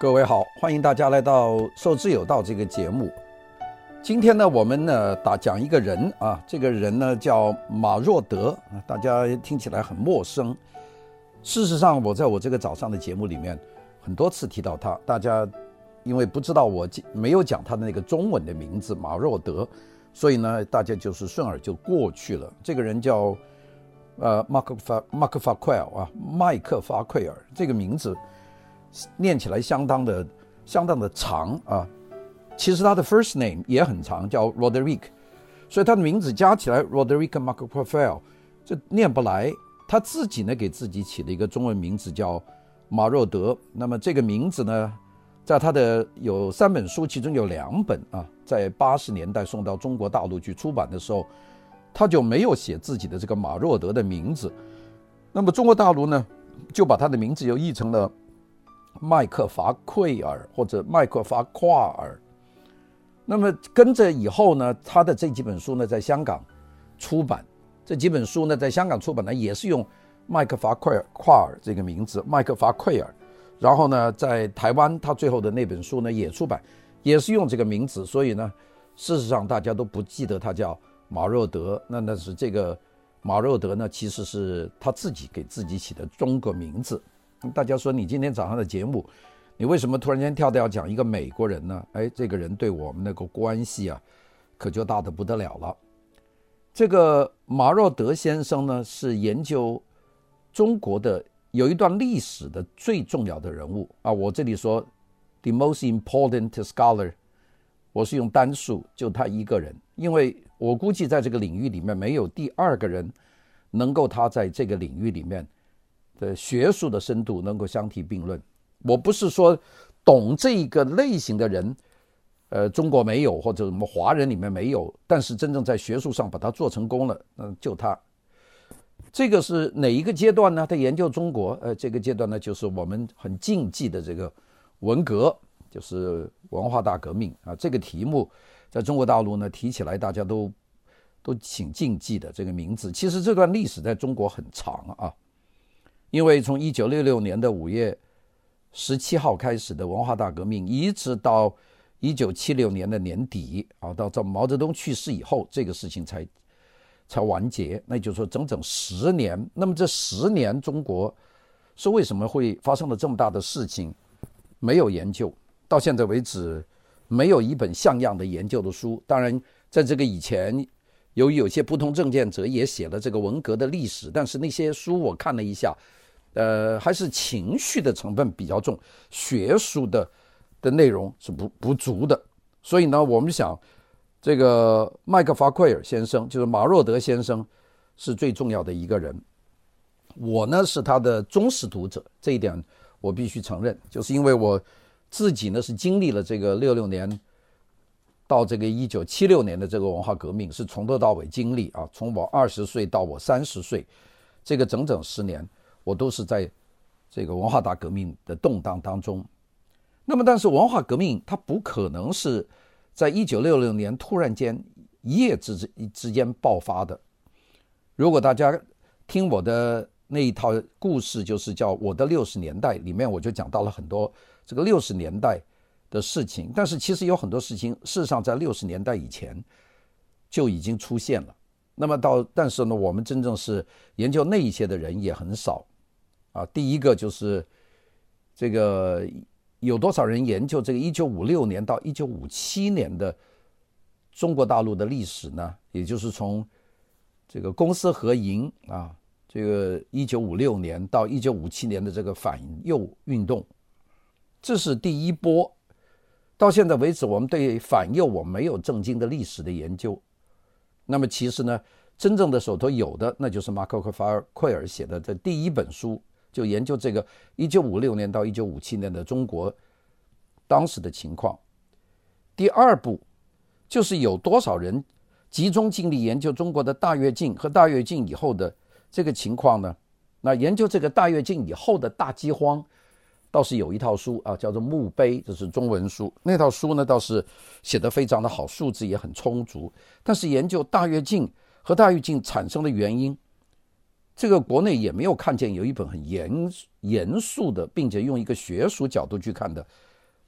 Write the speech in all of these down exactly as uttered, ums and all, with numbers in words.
各位好，欢迎大家来到受之有道这个节目。今天呢，我们呢打讲一个人啊，这个人呢叫马若德，大家听起来很陌生。事实上，我在我这个早上的节目里面很多次提到他，大家因为不知道我没有讲他的那个中文的名字马若德，所以呢，大家就是顺耳就过去了。这个人叫呃马克法马克法奎尔啊，麦克法奎尔，这个名字念起来相当的相当的长啊。其实他的 first name 也很长，叫 Roderick， 所以他的名字加起来 Roderick Macrafael 这念不来。他自己呢给自己起了一个中文名字叫马若德。那么这个名字呢，在他的有三本书，其中有两本啊，在八十年代送到中国大陆去出版的时候，他就没有写自己的这个马若德的名字。那么中国大陆呢，就把他的名字又译成了麦克法奎尔或者麦克法夸尔。那么跟着以后呢，他的这几本书呢在香港出版，这几本书呢在香港出版呢也是用麦克法奎尔夸尔这个名字，麦克法奎尔。然后呢，在台湾他最后的那本书呢也出版，也是用这个名字，所以呢，事实上大家都不记得他叫马若德。那那是这个马若德呢，其实是他自己给自己起的中国名字。大家说你今天早上的节目，你为什么突然间跳到要讲一个美国人呢？哎，这个人对我们那个关系啊，可就大得不得了了。这个马若德先生呢，是研究中国的有一段历史的最重要的人物啊。我这里说 the most important scholar， 我是用单数，就他一个人，因为我估计在这个领域里面没有第二个人能够他在这个领域里面的学术的深度能够相提并论。我不是说懂这个类型的人，呃，中国没有，或者什么华人里面没有，但是真正在学术上把它做成功了，嗯，就他。这个是哪一个阶段呢？他研究中国，呃，这个阶段呢，就是我们很禁忌的这个文革，就是文化大革命啊。这个题目在中国大陆呢提起来，大家都都挺禁忌的这个名字。其实这段历史在中国很长啊，因为从一九六六年的五月十七号开始的文化大革命，一直到一九七六年的年底啊，到到毛泽东去世以后，这个事情才才完结。那就是说整整十年。那么这十年中国是为什么会发生了这么大的事情，没有研究，到现在为止没有一本像样的研究的书。当然在这个以前，由于有些不同政见者也写了这个文革的历史，但是那些书我看了一下，呃，还是情绪的成分比较重，学术的的内容是不不足的。所以呢，我们想这个麦克法奎尔先生，就是马若德先生，是最重要的一个人。我呢是他的忠实读者，这一点我必须承认，就是因为我自己呢是经历了这个六六年到这个一九七六年的这个文化革命，是从头到尾经历啊，从我二十岁到我三十岁，这个整整十年。我都是在这个文化大革命的动荡当中。那么但是文化革命它不可能是在一九六六年突然间一夜之之间爆发的。如果大家听我的那一套故事，就是叫我的六十年代，里面我就讲到了很多这个六十年代的事情。但是其实有很多事情事实上在六十年代以前就已经出现了。那么到但是呢，我们真正是研究那一些的人也很少啊。第一个就是这个有多少人研究这个一九五六年到一九五七年的中国大陆的历史呢？也就是从这个公私合营啊，这个一九五六年到一九五七年的这个反右运动，这是第一波。到现在为止，我们对反右我们没有正经的历史的研究。那么其实呢，真正的手头有的，那就是马克法奎尔写的这第一本书，就研究这个一九五六年到一九五七年的中国当时的情况。第二步就是有多少人集中精力研究中国的大跃进和大跃进以后的这个情况呢？那研究这个大跃进以后的大饥荒，倒是有一套书啊，叫做《墓碑》，这是中文书。那套书呢，倒是写得非常的好，数字也很充足。但是研究大跃进和大跃进产生的原因，这个国内也没有看见有一本很严严肃的，并且用一个学术角度去看的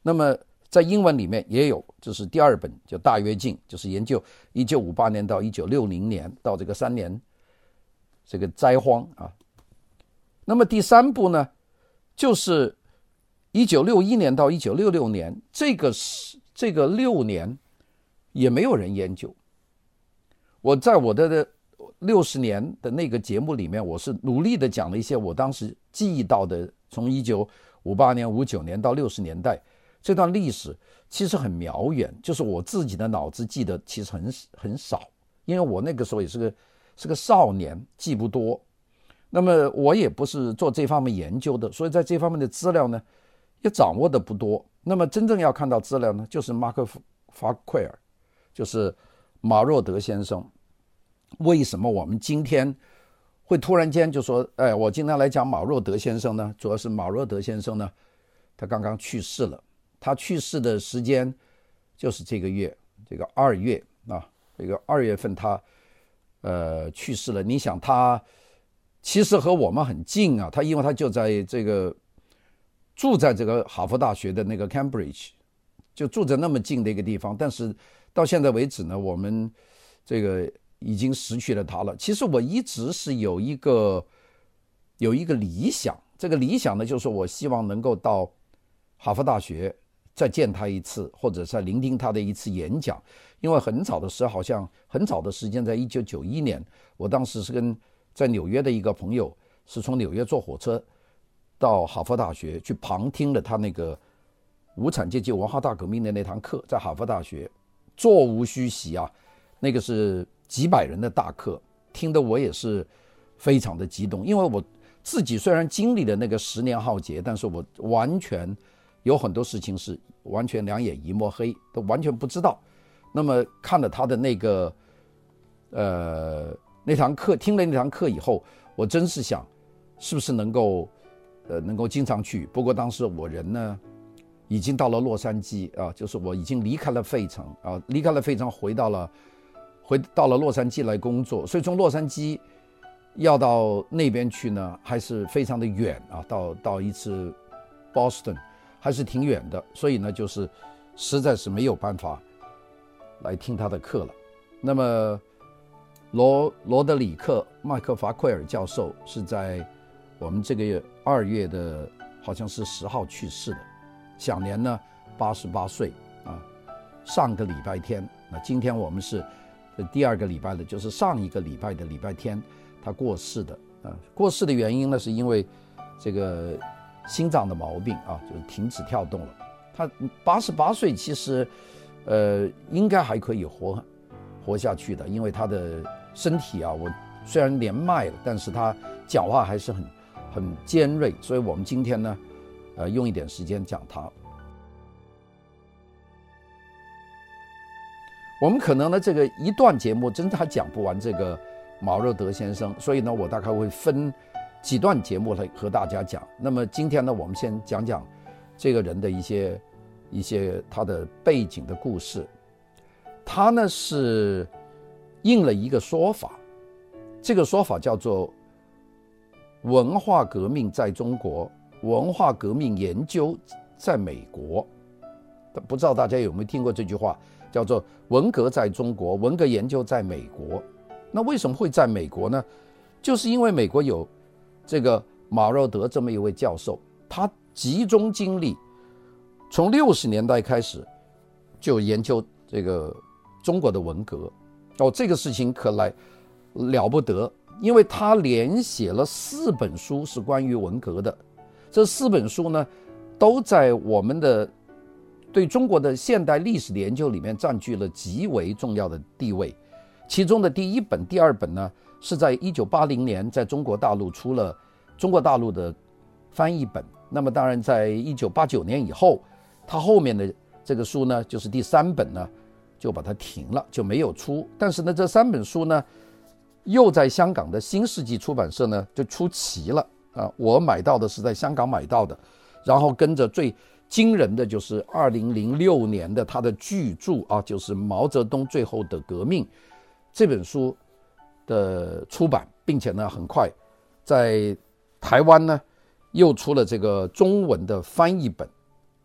那么在英文里面也有，这是第二本叫《大跃进》，就是研究一九五八年到一九六零年到这个三年这个灾荒啊。那么第三部呢，就是一九六一年到一九六六年，这个这个六年也没有人研究。我在我的六十年的那个节目里面，我是努力的讲了一些我当时记忆到的，从一九五八年、五九年到六十年代这段历史，其实很渺远，就是我自己的脑子记得其实很很少，因为我那个时候也是个是个少年，记不多。那么我也不是做这方面研究的，所以在这方面的资料呢，也掌握的不多。那么真正要看到资料呢，就是马克·法奎尔，就是马若德先生。为什么我们今天会突然间就说，哎，我今天来讲马若德先生呢？主要是马若德先生呢，他刚刚去世了。他去世的时间就是这个月，这个二月啊，这个二月份他呃去世了。你想他其实和我们很近啊，他因为他就在这个住在这个哈佛大学的那个 Cambridge， 就住在那么近的一个地方。但是到现在为止呢，我们这个已经失去了他了。其实我一直是有一个有一个理想，这个理想呢，就是我希望能够到哈佛大学再见他一次，或者再聆听他的一次演讲。因为很早的时候，好像很早的时间，在一九九一年，我当时是跟在纽约的一个朋友，是从纽约坐火车到哈佛大学去旁听了他那个无产阶级文化大革命的那堂课，在哈佛大学座无虚席啊，那个是几百人的大课，听得我也是非常的激动。因为我自己虽然经历了那个十年浩劫，但是我完全有很多事情是完全两眼一抹黑，都完全不知道。那么看了他的那个呃那堂课，听了那堂课以后，我真是想是不是能够呃能够经常去。不过当时我人呢已经到了洛杉矶啊，就是我已经离开了费城啊，离开了费城回到了回到了洛杉矶来工作，所以从洛杉矶要到那边去呢，还是非常的远啊，到到一次 Boston 还是挺远的，所以呢，就是实在是没有办法来听他的课了。那么罗罗德里克麦克法奎尔教授是在我们这个月二月的好像是十号去世的，享年呢八十八岁啊。上个礼拜天，那今天我们是第二个礼拜的，就是上一个礼拜的礼拜天，他过世的啊。过世的原因呢，是因为这个心脏的毛病啊，就是停止跳动了。他八十八岁，其实呃应该还可以活活下去的，因为他的身体啊，我虽然年迈了，但是他讲话还是很很尖锐，所以我们今天呢，呃，用一点时间讲他。我们可能呢，这个一段节目真的还讲不完这个马若德先生，所以呢，我大概会分几段节目来和大家讲。那么今天呢，我们先讲讲这个人的一些一些他的背景的故事。他呢是应了一个说法，这个说法叫做文化革命在中国，文化革命研究在美国。不知道大家有没有听过这句话，叫做文革在中国，文革研究在美国。那为什么会在美国呢？就是因为美国有这个马若德这么一位教授，他集中精力，从六十年代开始就研究这个中国的文革。哦，这个事情可来了不得，因为他连写了四本书是关于文革的。这四本书呢，都在我们的对中国的现代历史的研究里面占据了极为重要的地位。其中的第一本、第二本呢，是在一九八零年在中国大陆出了中国大陆的翻译本。那么当然在一九八九年以后，他后面的这个书呢，就是第三本呢，就把它停了，就没有出。但是呢，这三本书呢，又在香港的新世纪出版社呢就出齐了啊！我买到的是在香港买到的，然后跟着最惊人的就是二零零六年的他的巨著啊，就是毛泽东最后的革命这本书的出版，并且呢，很快在台湾呢又出了这个中文的翻译本。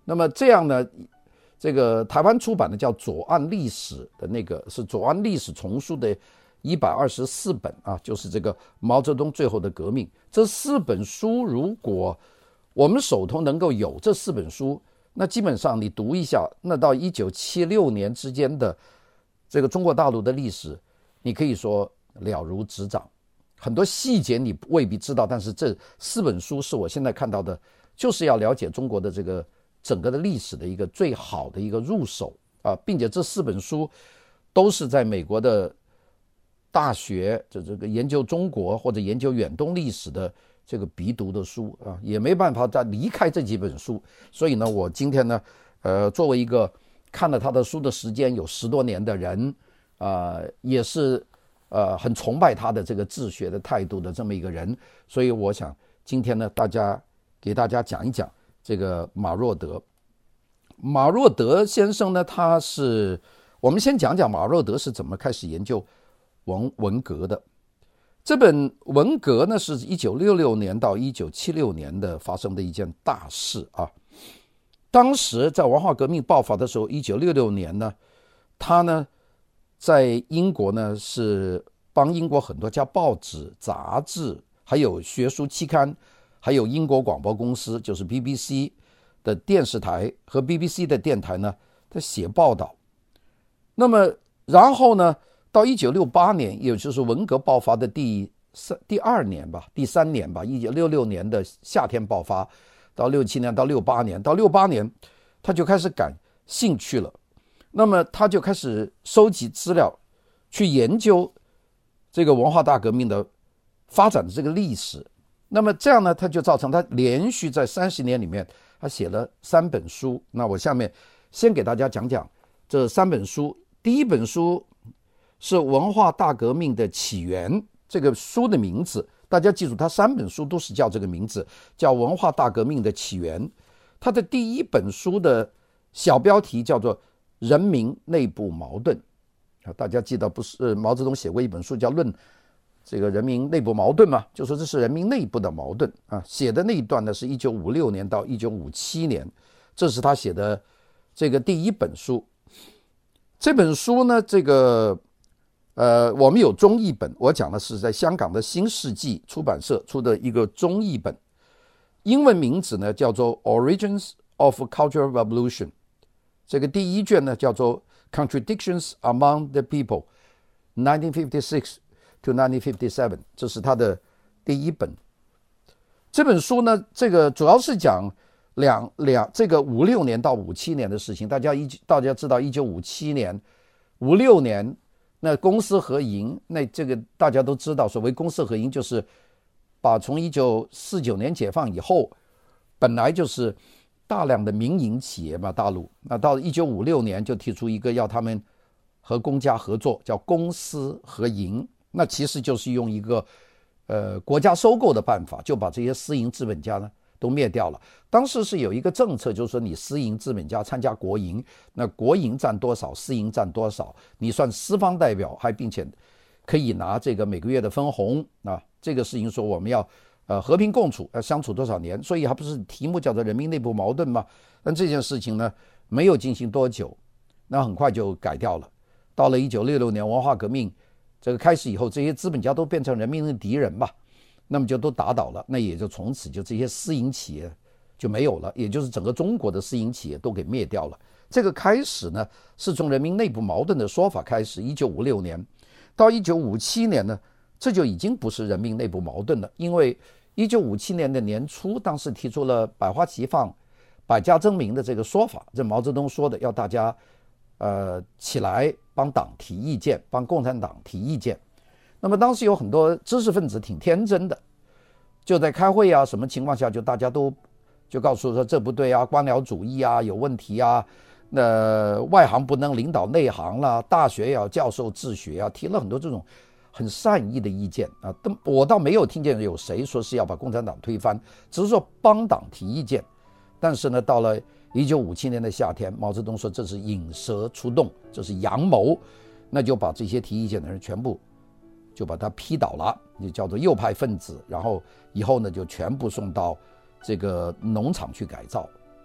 那么这样呢，这个台湾出版的叫《左岸历史》的那个是《左岸历史丛书》的一百二十四本啊，就是这个毛泽东最后的革命。这四本书如果我们手头能够有这四本书，那基本上你读一下，那到一九七六年之间的这个中国大陆的历史，你可以说了如指掌。很多细节你未必知道，但是这四本书是我现在看到的，就是要了解中国的这个整个的历史的一个最好的一个入手啊，并且这四本书都是在美国的大学这这个研究中国或者研究远东历史的这个必读的书啊，也没办法再离开这几本书。所以呢，我今天呢，呃，作为一个看了他的书的时间有十多年的人，啊、呃，也是呃很崇拜他的这个治学的态度的这么一个人，所以我想今天呢，大家给大家讲一讲这个马若德。马若德先生呢，他是我们先讲讲马若德是怎么开始研究文文革的。这本文革呢，是一九六六年到一九七六年的发生的一件大事啊。当时在文化革命爆发的时候，一九六六年呢，他呢在英国呢是帮英国很多家报纸、杂志，还有学术期刊，还有英国广播公司，就是 B B C 的电视台和 B B C 的电台呢，他写报道。那么然后呢，到一九六八年，也就是文革爆发的第三、第二年吧，第三年吧，一九六六年的夏天爆发，到六七年，到六八年，到六八年，他就开始感兴趣了。那么他就开始收集资料，去研究这个文化大革命的发展的这个历史。那么这样呢，他就造成他连续在三十年里面，他写了三本书。那我下面先给大家讲讲这三本书。第一本书是《文化大革命的起源》，这个书的名字大家记住，它三本书都是叫这个名字，叫《文化大革命的起源》。它的第一本书的小标题叫做《人民内部矛盾》。大家记得不是毛泽东写过一本书叫《论这个人民内部矛盾》吗？就说这是人民内部的矛盾啊。写的那一段呢是一九五六年到一九五七年，这是他写的这个第一本书。这本书呢，这个呃，我们有中译本，我讲的是在香港的新世纪出版社出的一个中译本，英文名字呢叫做 Origins of Cultural Revolution， 这个第一卷呢叫做 Contradictions Among the People nineteen fifty-six to nineteen fifty-seven， 这是它的第一本。这本书呢，这个主要是讲两两这个五六年到五七年的事情。大家一大家知道，一九五七年、五六年，那公私合营，那这个大家都知道，所谓公私合营就是把从一九四九年解放以后，本来就是大量的民营企业嘛，大陆那到一九五六年就提出一个要他们和公家合作，叫公私合营。那其实就是用一个呃国家收购的办法，就把这些私营资本家呢都灭掉了。当时是有一个政策，就是说你私营资本家参加国营，那国营占多少，私营占多少，你算私方代表，还并且可以拿这个每个月的分红啊。这个事情说我们要呃和平共处，要相处多少年，所以还不是题目叫做人民内部矛盾吗？但这件事情呢没有进行多久，那很快就改掉了。到了一九六六年文化革命这个开始以后，这些资本家都变成人民的敌人嘛，那么就都打倒了，那也就从此就这些私营企业就没有了，也就是整个中国的私营企业都给灭掉了。这个开始呢是从人民内部矛盾的说法开始，一九五六年到一九五七年呢，这就已经不是人民内部矛盾了，因为一九五七年的年初，当时提出了百花齐放、百家争鸣的这个说法，这毛泽东说的，要大家呃起来帮党提意见，帮共产党提意见。那么当时有很多知识分子挺天真的，就在开会啊什么情况下，就大家都就告诉说这不对啊，官僚主义啊有问题啊，那外行不能领导内行啦，大学要教授治学啊，提了很多这种很善意的意见啊。我倒没有听见有谁说是要把共产党推翻，只是说帮党提意见。但是呢，到了一九五七年的夏天，毛泽东说这是引蛇出洞，这是阳谋，那就把这些提意见的人全部就把他批倒了，就叫做右派分子。然后以后呢，就全部送到这个农场去改造。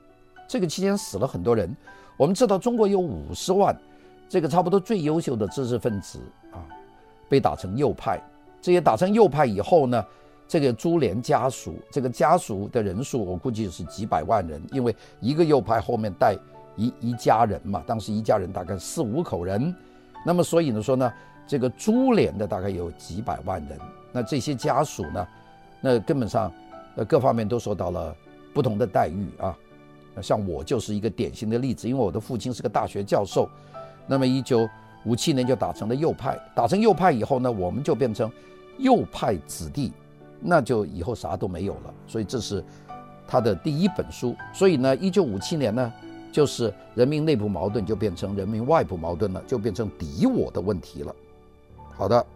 这个期间死了很多人。我们知道中国有五十万这个差不多最优秀的知识分子啊，被打成右派。这些打成右派以后呢，这个株连家属，这个家属的人数我估计是几百万人，因为一个右派后面带一一家人嘛，当时一家人大概四五口人，那么所以呢说呢，这个株连的大概有几百万人。那这些家属呢，那根本上呃各方面都受到了不同的待遇啊。像我就是一个典型的例子，因为我的父亲是个大学教授，那么一九五七年就打成了右派，打成右派以后呢，我们就变成右派子弟，那就以后啥都没有了。所以这是他的第一本书。所以呢，一九五七年呢，就是人民内部矛盾就变成人民外部矛盾了，就变成敌我的问题了。好的，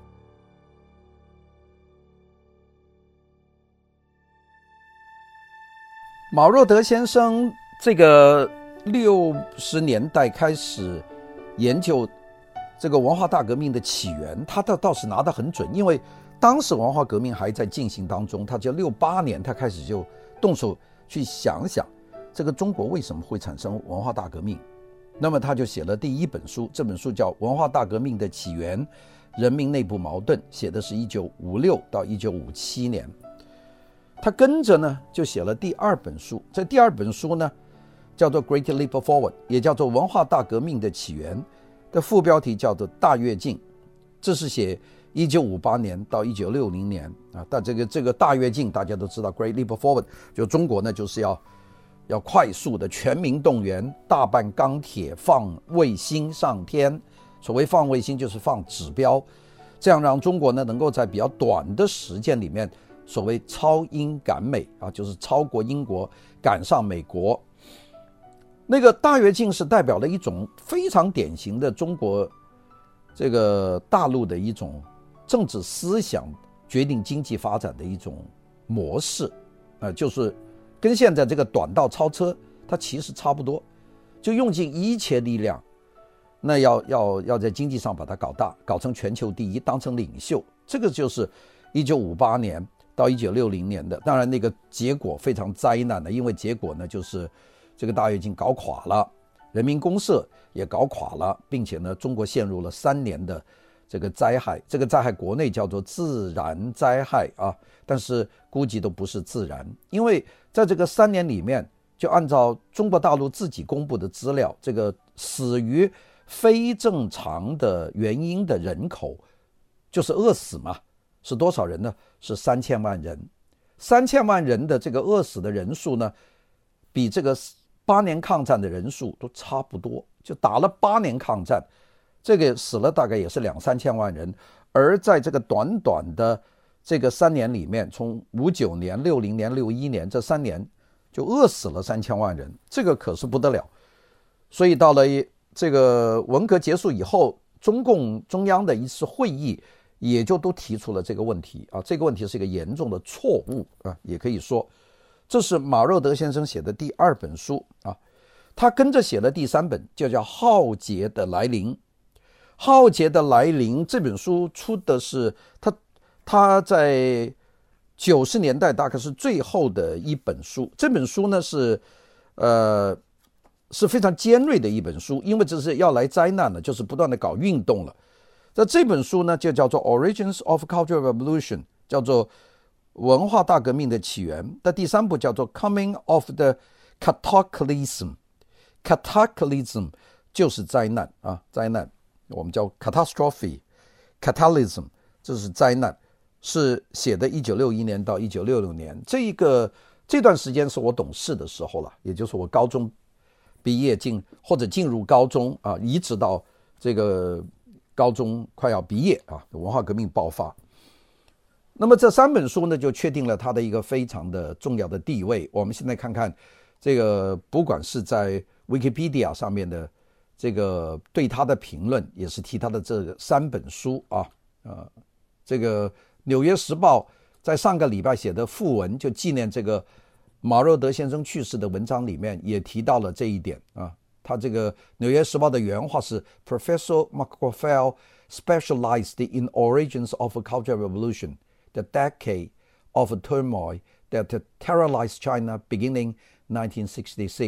马若德先生这个六十年代开始研究这个文化大革命的起源，他倒倒是拿得很准，因为当时文化革命还在进行当中，他就六八年他开始就动手去想想这个中国为什么会产生文化大革命。那么他就写了第一本书，这本书叫《文化大革命的起源：人民内部矛盾》，写的是一九五六到一九五七年。他跟着呢就写了第二本书，这第二本书呢叫做《Great Leap Forward》，也叫做《文化大革命的起源》，的副标题叫做《大跃进》，这是写一九五八年到一九六零年啊。但这个这个大跃进大家都知道 ，Great Leap Forward 就中国呢就是要要快速的全民动员，大办钢铁，放卫星上天。所谓放卫星就是放指标，这样让中国呢能够在比较短的时间里面，所谓超英赶美啊，就是超过英国，赶上美国。那个大跃进是代表了一种非常典型的中国这个大陆的一种政治思想决定经济发展的一种模式，呃，就是跟现在这个短道超车它其实差不多，就用尽一切力量，那要要要在经济上把它搞大，搞成全球第一，当成领袖。这个就是一九五八年到一九六零年的。当然那个结果非常灾难的，因为结果呢就是这个大跃进搞垮了，人民公社也搞垮了，并且呢中国陷入了三年的这个灾害。这个灾害国内叫做自然灾害啊，但是估计都不是自然，因为在这个三年里面，就按照中国大陆自己公布的资料，这个死于非正常的原因的人口就是饿死嘛，是多少人呢？是三千万人。三千万人的这个饿死的人数呢，比这个八年抗战的人数都差不多，就打了八年抗战，这个死了大概也是两三千万人。而在这个短短的这个三年里面，从五九年、六零年、六一年这三年就饿死了三千万人，这个可是不得了。所以到了这个文革结束以后，中共中央的一次会议也就都提出了这个问题啊，这个问题是一个严重的错误啊，也可以说，这是马若德先生写的第二本书啊，他跟着写了第三本，就叫《浩劫的来临》。《浩劫的来临》这本书出的是他他在九十年代大概是最后的一本书。这本书呢是呃是非常尖锐的一本书，因为这是要来灾难了，就是不断的搞运动了。那这本书呢就叫做 Origins of Cultural Revolution， 叫做文化大革命的起源。的第三部叫做 Coming of the Cataclysm， Cataclysm 就是灾难啊，灾难我们叫 Catastrophe， Catalysm 这是灾难，是写的一九六一年到一九六六年。这一个这段时间是我懂事的时候了，也就是我高中毕业进或者进入高中啊，一直到这个高中快要毕业啊，文化革命爆发。那么这三本书呢，就确定了它的一个非常的重要的地位。我们现在看看这个，不管是在 Wikipedia 上面的这个对他的评论，也是提他的这三本书啊，呃，这个《纽约时报》在上个礼拜写的附文，就纪念这个马若德先生去世的文章里面也提到了这一点啊。他这个《纽约时报》的原话是 Professor McGraw specialized in origins of a cultural revolution, the decade of turmoil that terrorized China beginning nineteen sixty-six.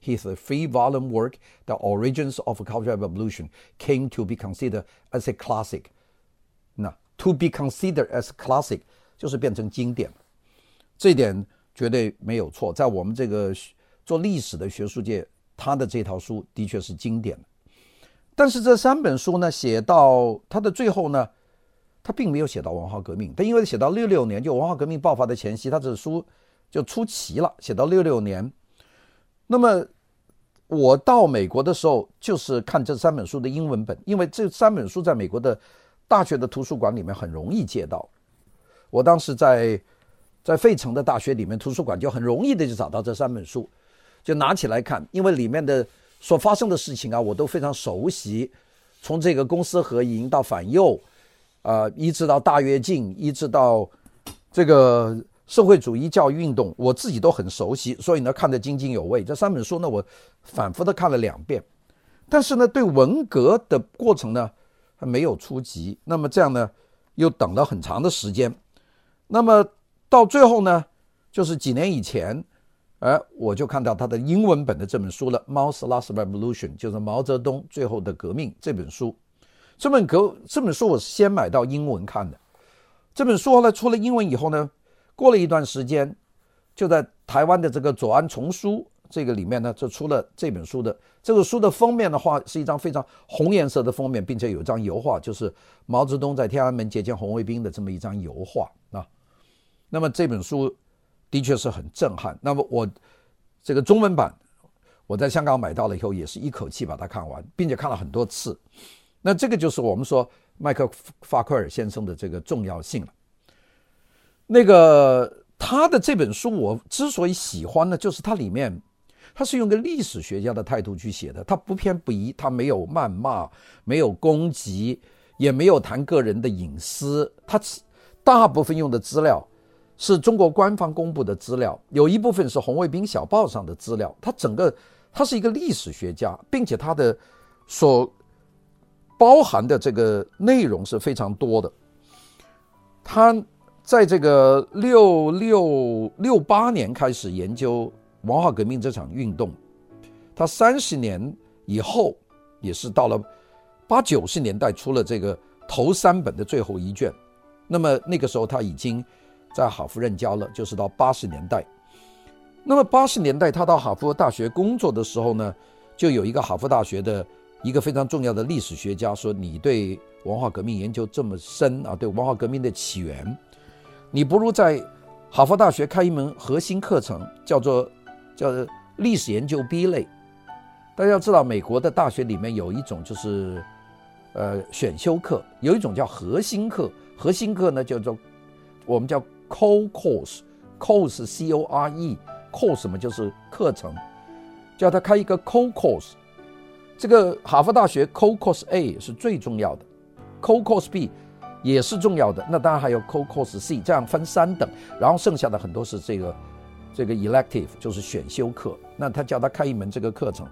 his three-volume work, The Origins of Cultural Revolution, came to be considered as a classic. 那 to be considered as classic 就是变成经典，这一点绝对没有错。在我们这个做历史的学术界，他的这套书的确是经典。但是这三本书呢，写到他的最后呢，他并没有写到文化革命，但因为写到六六年，就文化革命爆发的前夕，他这书就出齐了，写到六六年。那么我到美国的时候，就是看这三本书的英文本，因为这三本书在美国的大学的图书馆里面很容易借到。我当时在在费城的大学里面图书馆就很容易的就找到这三本书，就拿起来看，因为里面的所发生的事情啊，我都非常熟悉，从这个公私合营到反右，呃，一直到大跃进，一直到这个社会主义教育运动，我自己都很熟悉，所以呢看得津津有味。这三本书呢，我反复的看了两遍，但是呢，对文革的过程呢没有出籍。那么这样呢，又等了很长的时间。那么到最后呢，就是几年以前。哎，我就看到他的英文本的这本书了，《Mao's Last Revolution》，就是毛泽东最后的革命这本书。这本革这本书我是先买到英文看的。这本书后来出了英文以后呢，过了一段时间，就在台湾的这个左岸丛书这个里面呢，就出了这本书的。这个书的封面的话是一张非常红颜色的封面，并且有一张油画，就是毛泽东在天安门接见红卫兵的这么一张油画啊。那么这本书的确是很震撼。那么我这个中文版我在香港买到了以后，也是一口气把它看完，并且看了很多次。那这个就是我们说麦克法奎尔先生的这个重要性了。那个他的这本书我之所以喜欢呢，就是它里面他是用个历史学家的态度去写的，他不偏不倚，他没有谩骂，没有攻击，也没有谈个人的隐私，他大部分用的资料是中国官方公布的资料，有一部分是红卫兵小报上的资料。他整个他是一个历史学家，并且他的所包含的这个内容是非常多的。他在这个六六六八年开始研究文化革命这场运动，他三十年以后，也是到了八九十年代出了这个头三本的最后一卷。那么那个时候他已经在哈佛任教了，就是到八十年代。那么八十年代他到哈佛大学工作的时候呢，就有一个哈佛大学的一个非常重要的历史学家说，你对文化革命研究这么深啊，对文化革命的起源，你不如在哈佛大学开一门核心课程，叫做叫做历史研究 B 类。大家要知道，美国的大学里面有一种就是呃选修课，有一种叫核心课。核心课呢叫做我们叫 core course，course C O R E，course 嘛就是课程，叫他开一个 core course。这个哈佛大学 core course A 是最重要的， core course B 也是重要的，那当然还有 core course C， 这样分三等，然后剩下的很多是这个这个 elective， 就是选修课。那他叫他开一门这个课程。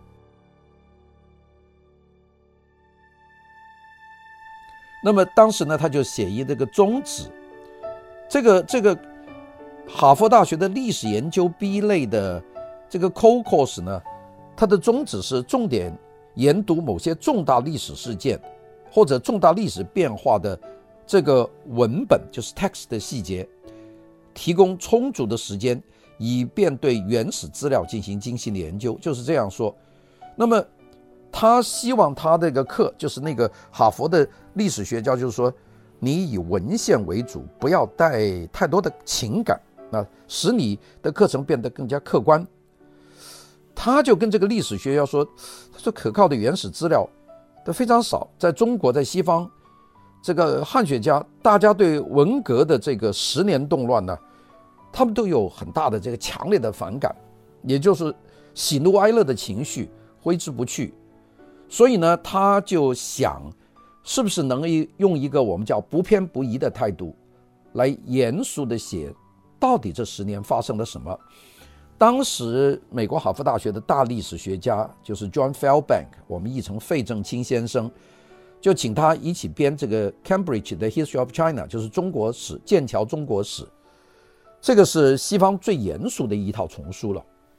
那么当时呢，他就写一这个宗旨，这个这个哈佛大学的历史研究 B 类的这个 core course 呢，它的宗旨是重点研读某些重大历史事件或者重大历史变化的这个文本，就是 text 的细节，提供充足的时间，以便对原始资料进行精细的研究，就是这样说。那么他希望他这个课，就是那个哈佛的历史学家，就是说你以文献为主，不要带太多的情感，那使你的课程变得更加客观。他就跟这个历史学家说，他说可靠的原始资料都非常少，在中国在西方，这个汉学家大家对文革的这个十年动乱呢，他们都有很大的这个强烈的反感，也就是喜怒哀乐的情绪挥之不去。所以呢，他就想是不是能用一个我们叫不偏不倚的态度来严肃的写到底这十年发生了什么。当时美国哈佛大学的大历史学家就是 John Fairbank， 我们译成费正清先生，就请他一起编这个 Cambridge 的 History of China， 就是中国史，剑桥中国史。这个是西方最严肃的一套丛书了。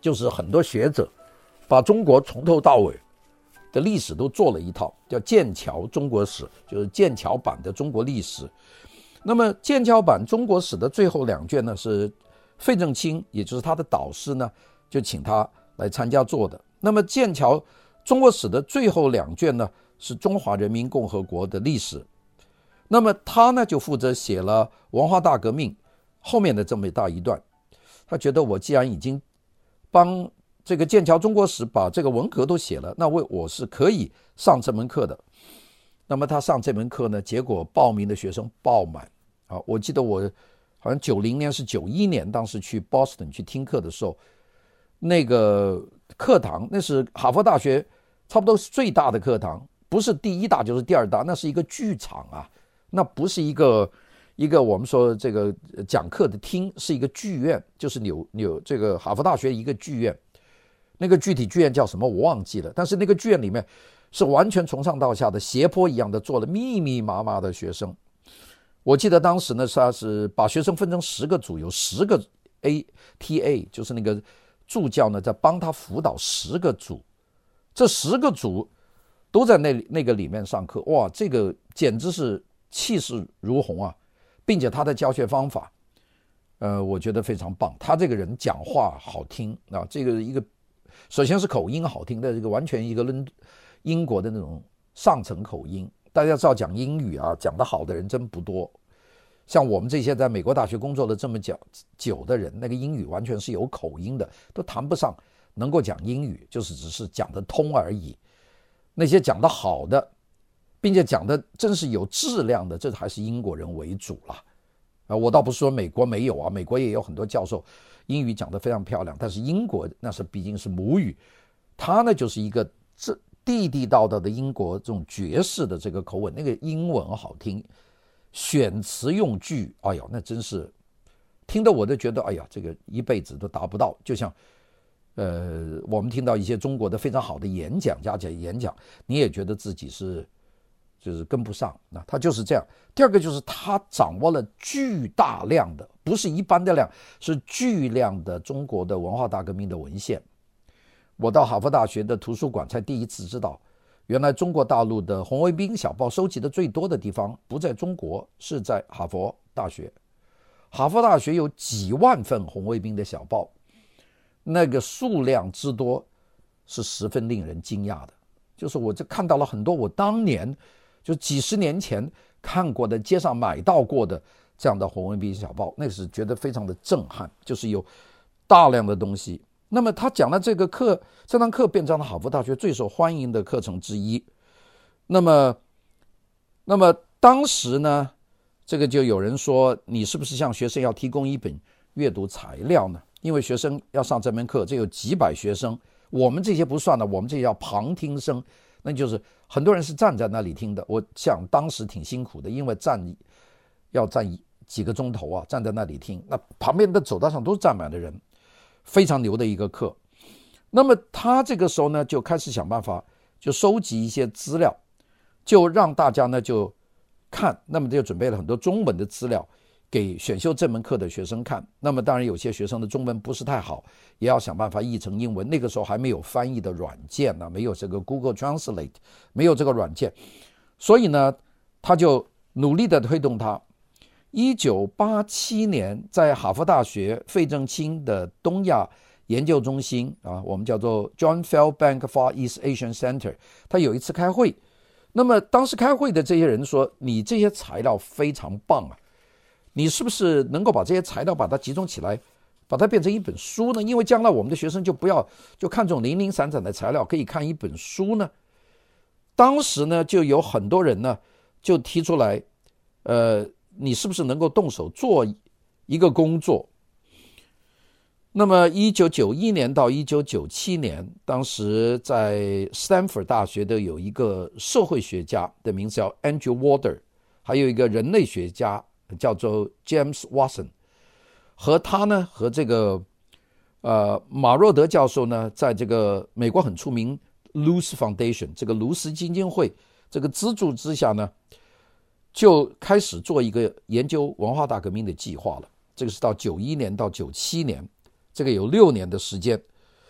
就是很多学者把中国从头到尾的历史都做了一套，叫剑桥中国史，就是剑桥版的中国历史。那么剑桥版中国史的最后两卷呢，是费正清，也就是他的导师呢，就请他来参加做的。那么剑桥中国史的最后两卷呢，是中华人民共和国的历史。那么他呢，就负责写了文化大革命后面的这么大一段。他觉得我既然已经帮这个剑桥中国史把这个文革都写了，那我我是可以上这门课的。那么他上这门课呢，结果报名的学生爆满啊！我记得我好像九零年是九一年，当时去 Boston 去听课的时候，那个课堂那是哈佛大学差不多是最大的课堂，不是第一大就是第二大，那是一个剧场啊，那不是一个一个我们说这个讲课的厅，是一个剧院，就是纽纽这个哈佛大学一个剧院。那个具体剧院叫什么我忘记了，但是那个剧院里面是完全从上到下的斜坡一样的坐了密密麻麻的学生。我记得当时呢，他是把学生分成十个组，有十个 A T A， 就是那个助教呢在帮他辅导十个组，这十个组都在那那个里面上课。哇，这个简直是气势如虹啊！并且他的教学方法，呃，我觉得非常棒。他这个人讲话好听啊，这个一个。首先是口音好听的，这个完全一个英国的那种上层口音。大家知道讲英语啊，讲得好的人真不多。像我们这些在美国大学工作了这么久的人，那个英语完全是有口音的，都谈不上能够讲英语，就是只是讲得通而已。那些讲得好的，并且讲得真是有质量的，这还是英国人为主了。啊，我倒不是说美国没有啊，美国也有很多教授英语讲得非常漂亮，但是英国那是毕竟是母语，他呢就是一个这地地道道的英国这种爵士的这个口吻，那个英文好听，选词用句，哎呦，那真是听得我都觉得，哎呀，这个一辈子都达不到。就像呃，我们听到一些中国的非常好的演讲家讲演讲，你也觉得自己是就是跟不上，那他就是这样。第二个就是他掌握了巨大量的，不是一般的量，是巨量的中国的文化大革命的文献。我到哈佛大学的图书馆才第一次知道，原来中国大陆的红卫兵小报收集的最多的地方不在中国，是在哈佛大学。哈佛大学有几万份红卫兵的小报，那个数量之多是十分令人惊讶的。就是我这看到了很多我当年就几十年前看过的街上买到过的这样的红卫兵小报，那是觉得非常的震撼，就是有大量的东西。那么他讲的这个课，这堂课变成了哈佛大学最受欢迎的课程之一。那么那么当时呢，这个就有人说，你是不是向学生要提供一本阅读材料呢？因为学生要上这门课，这有几百学生，我们这些不算的，我们这些叫旁听生，那就是很多人是站在那里听的。我想当时挺辛苦的，因为站要站几个钟头啊，站在那里听，那旁边的走道上都是站满的人，非常牛的一个课。那么他这个时候呢，就开始想办法，就收集一些资料，就让大家呢就看，那么就准备了很多中文的资料给选修这门课的学生看。那么当然有些学生的中文不是太好，也要想办法译成英文。那个时候还没有翻译的软件呢、啊，没有这个 Google Translate， 没有这个软件，所以呢他就努力的推动它。一九八七年在哈佛大学费正清的东亚研究中心啊，我们叫做 John Fairbank Far East Asian Center， 他有一次开会，那么当时开会的这些人说，你这些材料非常棒啊，你是不是能够把这些材料把它集中起来，把它变成一本书呢？因为将来我们的学生就不要就看这种零零散散的材料，可以看一本书呢。当时呢就有很多人呢就提出来，呃你是不是能够动手做一个工作？那么一九九一年到一九九七年，当时在斯坦福大学的有一个社会学家的名字叫 Andrew Warder， 还有一个人类学家叫做 James Watson， 和他呢和这个呃马若德教授呢，在这个美国很出名 Luce Foundation 这个卢斯基金会这个资助之下呢，就开始做一个研究文化大革命的计划了。这个是到九一年到九七年，这个有六年的时间。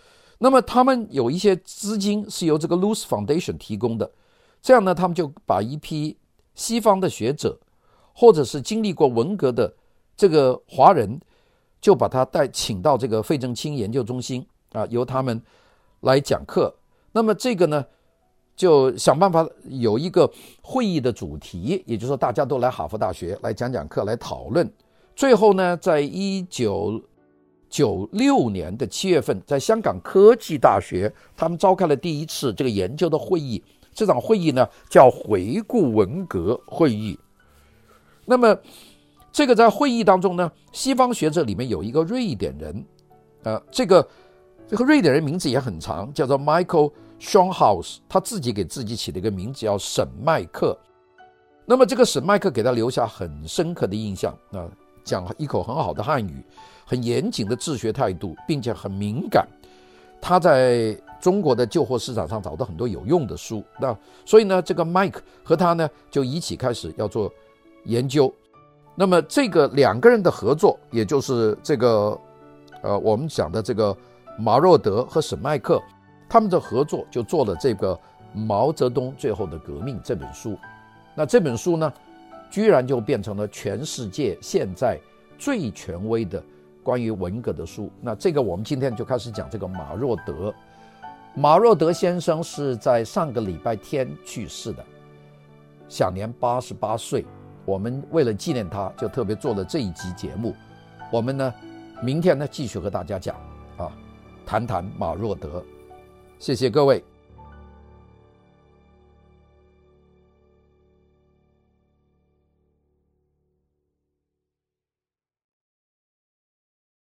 那么他们有一些资金是由这个 Luz Foundation 提供的，这样呢，他们就把一批西方的学者，或者是经历过文革的这个华人，就把他带请到这个费正清研究中心啊，由他们来讲课。那么这个呢，就想办法有一个会议的主题，也就是说大家都来哈佛大学来讲讲课，来讨论。最后呢，在一九九六年的七月份，在香港科技大学，他们召开了第一次这个研究的会议。这场会议呢，叫回顾文革会议。那么这个在会议当中呢，西方学者里面有一个瑞典人，呃，这个这个瑞典人名字也很长，叫做 Michael Schonhaus， 他自己给自己起了一个名字叫沈麦克。那么这个沈麦克给他留下很深刻的印象，呃、讲一口很好的汉语，很严谨的治学态度，并且很敏感。他在中国的旧货市场上找到很多有用的书，那所以呢，这个 Mike 和他呢就一起开始要做研究。那么这个两个人的合作，也就是这个呃我们讲的这个马若德和沈麦克，他们的合作就做了这个《毛泽东最后的革命》这本书。那这本书呢，居然就变成了全世界现在最权威的关于文革的书。那这个我们今天就开始讲这个马若德。马若德先生是在上个礼拜天去世的，享年八十八岁。我们为了纪念他，就特别做了这一集节目。我们呢，明天呢继续和大家讲啊，谈谈马若德。谢谢各位。